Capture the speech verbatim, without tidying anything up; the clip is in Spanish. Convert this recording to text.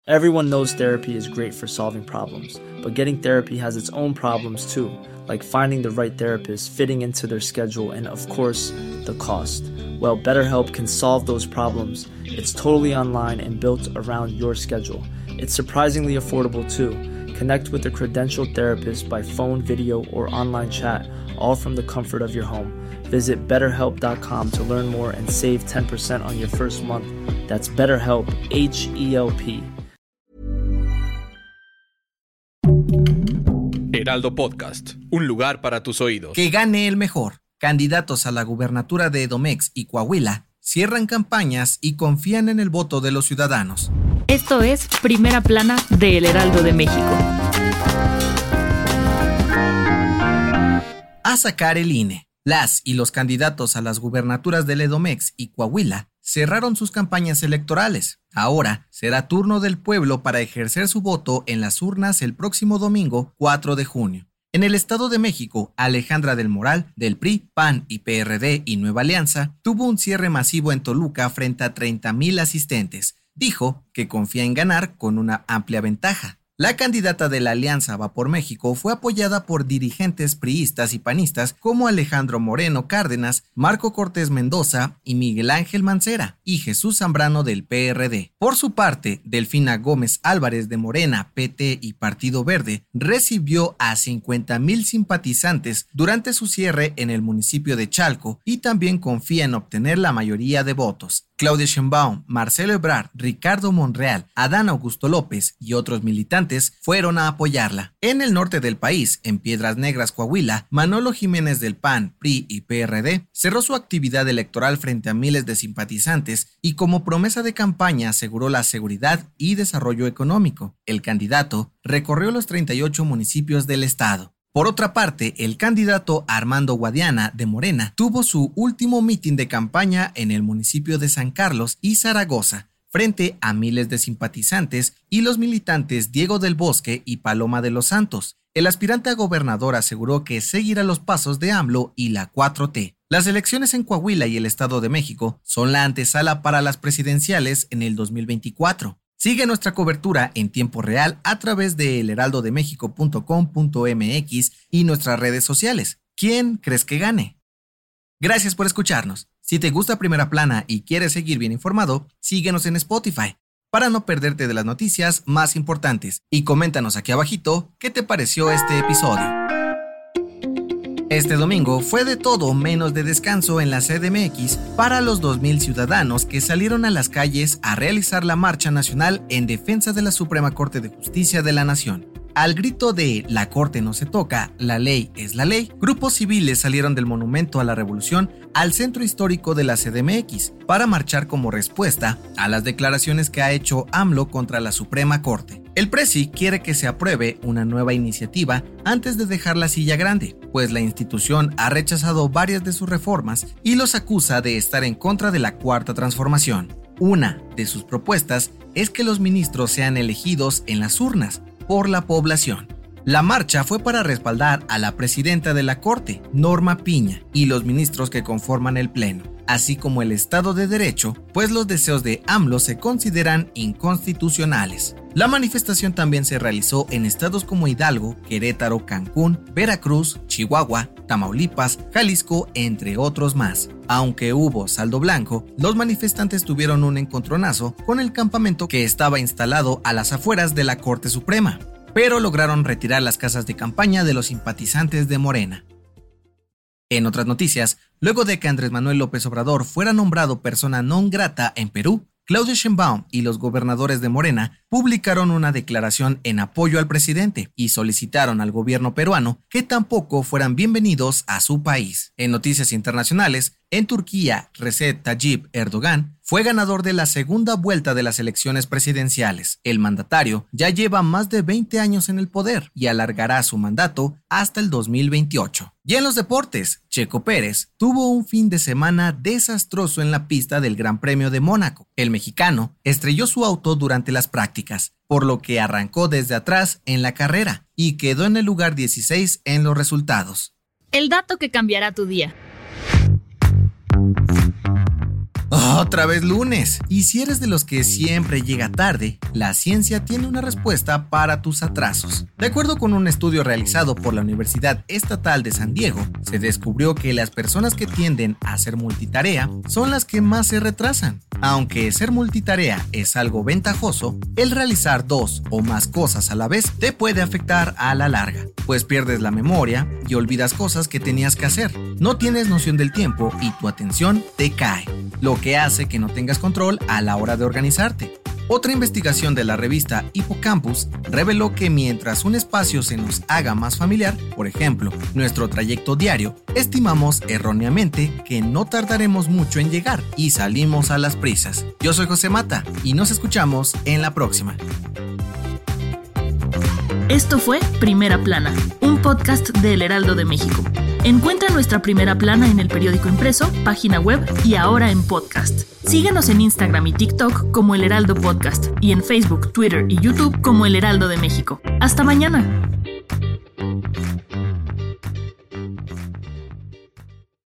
Everyone knows therapy is great for solving problems, but getting therapy has its own problems too, like finding the right therapist, fitting into their schedule, and of course, the cost. Well, BetterHelp can solve those problems. It's totally online and built around your schedule. It's surprisingly affordable too. Connect with a credentialed therapist by phone, video, or online chat, all from the comfort of your home. Visit better help dot com to learn more and save ten percent on your first month. That's BetterHelp, H E L P. Heraldo Podcast, un lugar para tus oídos. Que gane el mejor. Candidatos a la gubernatura de Edomex y Coahuila cierran campañas y confían en el voto de los ciudadanos. Esto es Primera Plana de El Heraldo de México. A sacar el I N E. Las y los candidatos a las gubernaturas del Edomex y Coahuila cerraron sus campañas electorales. Ahora será turno del pueblo para ejercer su voto en las urnas el próximo domingo cuatro de junio. En el Estado de México, Alejandra del Moral, del P R I, P A N y P R D y Nueva Alianza, tuvo un cierre masivo en Toluca frente a treinta mil asistentes. Dijo que confía en ganar con una amplia ventaja. La candidata de la Alianza Va por México fue apoyada por dirigentes priistas y panistas como Alejandro Moreno Cárdenas, Marco Cortés Mendoza y Miguel Ángel Mancera y Jesús Zambrano del P R D. Por su parte, Delfina Gómez Álvarez de Morena, P T y Partido Verde recibió a cincuenta mil simpatizantes durante su cierre en el municipio de Chalco y también confía en obtener la mayoría de votos. Claudia Sheinbaum, Marcelo Ebrard, Ricardo Monreal, Adán Augusto López y otros militantes fueron a apoyarla. En el norte del país, en Piedras Negras, Coahuila, Manolo Jiménez del P A N, P R I y P R D cerró su actividad electoral frente a miles de simpatizantes y como promesa de campaña aseguró la seguridad y desarrollo económico. El candidato recorrió los treinta y ocho municipios del estado. Por otra parte, el candidato Armando Guadiana de Morena tuvo su último mitin de campaña en el municipio de San Carlos y Zaragoza, frente a miles de simpatizantes y los militantes Diego del Bosque y Paloma de los Santos. El aspirante a gobernador aseguró que seguirá los pasos de AMLO y la cuatro T. Las elecciones en Coahuila y el Estado de México son la antesala para las presidenciales en el dos mil veinticuatro. Sigue nuestra cobertura en tiempo real a través de el heraldo de méxico punto com punto m x y nuestras redes sociales. ¿Quién crees que gane? Gracias por escucharnos. Si te gusta Primera Plana y quieres seguir bien informado, síguenos en Spotify para no perderte de las noticias más importantes. Y coméntanos aquí abajito qué te pareció este episodio. Este domingo fue de todo menos de descanso en la C D M X para los dos mil ciudadanos que salieron a las calles a realizar la marcha nacional en defensa de la Suprema Corte de Justicia de la Nación. Al grito de "La Corte no se toca, la ley es la ley", grupos civiles salieron del Monumento a la Revolución al centro histórico de la C D M X para marchar como respuesta a las declaraciones que ha hecho AMLO contra la Suprema Corte. El Presi quiere que se apruebe una nueva iniciativa antes de dejar la silla grande, pues la institución ha rechazado varias de sus reformas y los acusa de estar en contra de la Cuarta Transformación. Una de sus propuestas es que los ministros sean elegidos en las urnas por la población. La marcha fue para respaldar a la presidenta de la Corte, Norma Piña, y los ministros que conforman el Pleno, así como el Estado de Derecho, pues los deseos de AMLO se consideran inconstitucionales. La manifestación también se realizó en estados como Hidalgo, Querétaro, Cancún, Veracruz, Chihuahua, Tamaulipas, Jalisco, entre otros más. Aunque hubo saldo blanco, los manifestantes tuvieron un encontronazo con el campamento que estaba instalado a las afueras de la Corte Suprema, pero lograron retirar las casas de campaña de los simpatizantes de Morena. En otras noticias, luego de que Andrés Manuel López Obrador fuera nombrado persona non grata en Perú, Claudia Sheinbaum y los gobernadores de Morena publicaron una declaración en apoyo al presidente y solicitaron al gobierno peruano que tampoco fueran bienvenidos a su país. En noticias internacionales, en Turquía, Recep Tayyip Erdogan fue ganador de la segunda vuelta de las elecciones presidenciales. El mandatario ya lleva más de veinte años en el poder y alargará su mandato hasta el dos mil veintiocho. Y en los deportes, Checo Pérez tuvo un fin de semana desastroso en la pista del Gran Premio de Mónaco. El mexicano estrelló su auto durante las prácticas, por lo que arrancó desde atrás en la carrera y quedó en el lugar dieciséis en los resultados. El dato que cambiará tu día. ¡Ah! Otra vez lunes. Y si eres de los que siempre llega tarde, la ciencia tiene una respuesta para tus atrasos. De acuerdo con un estudio realizado por la Universidad Estatal de San Diego, se descubrió que las personas que tienden a hacer multitarea son las que más se retrasan. Aunque ser multitarea es algo ventajoso, el realizar dos o más cosas a la vez te puede afectar a la larga, pues pierdes la memoria y olvidas cosas que tenías que hacer. No tienes noción del tiempo y tu atención te cae, lo que hace que no tengas control a la hora de organizarte. Otra investigación de la revista Hippocampus reveló que mientras un espacio se nos haga más familiar, por ejemplo, nuestro trayecto diario, estimamos erróneamente que no tardaremos mucho en llegar y salimos a las prisas. Yo soy José Mata y nos escuchamos en la próxima. Esto fue Primera Plana, un podcast de El Heraldo de México. Encuentra nuestra Primera Plana en el periódico impreso, página web y ahora en podcast. Síguenos en Instagram y TikTok como El Heraldo Podcast y en Facebook, Twitter y YouTube como El Heraldo de México. ¡Hasta mañana!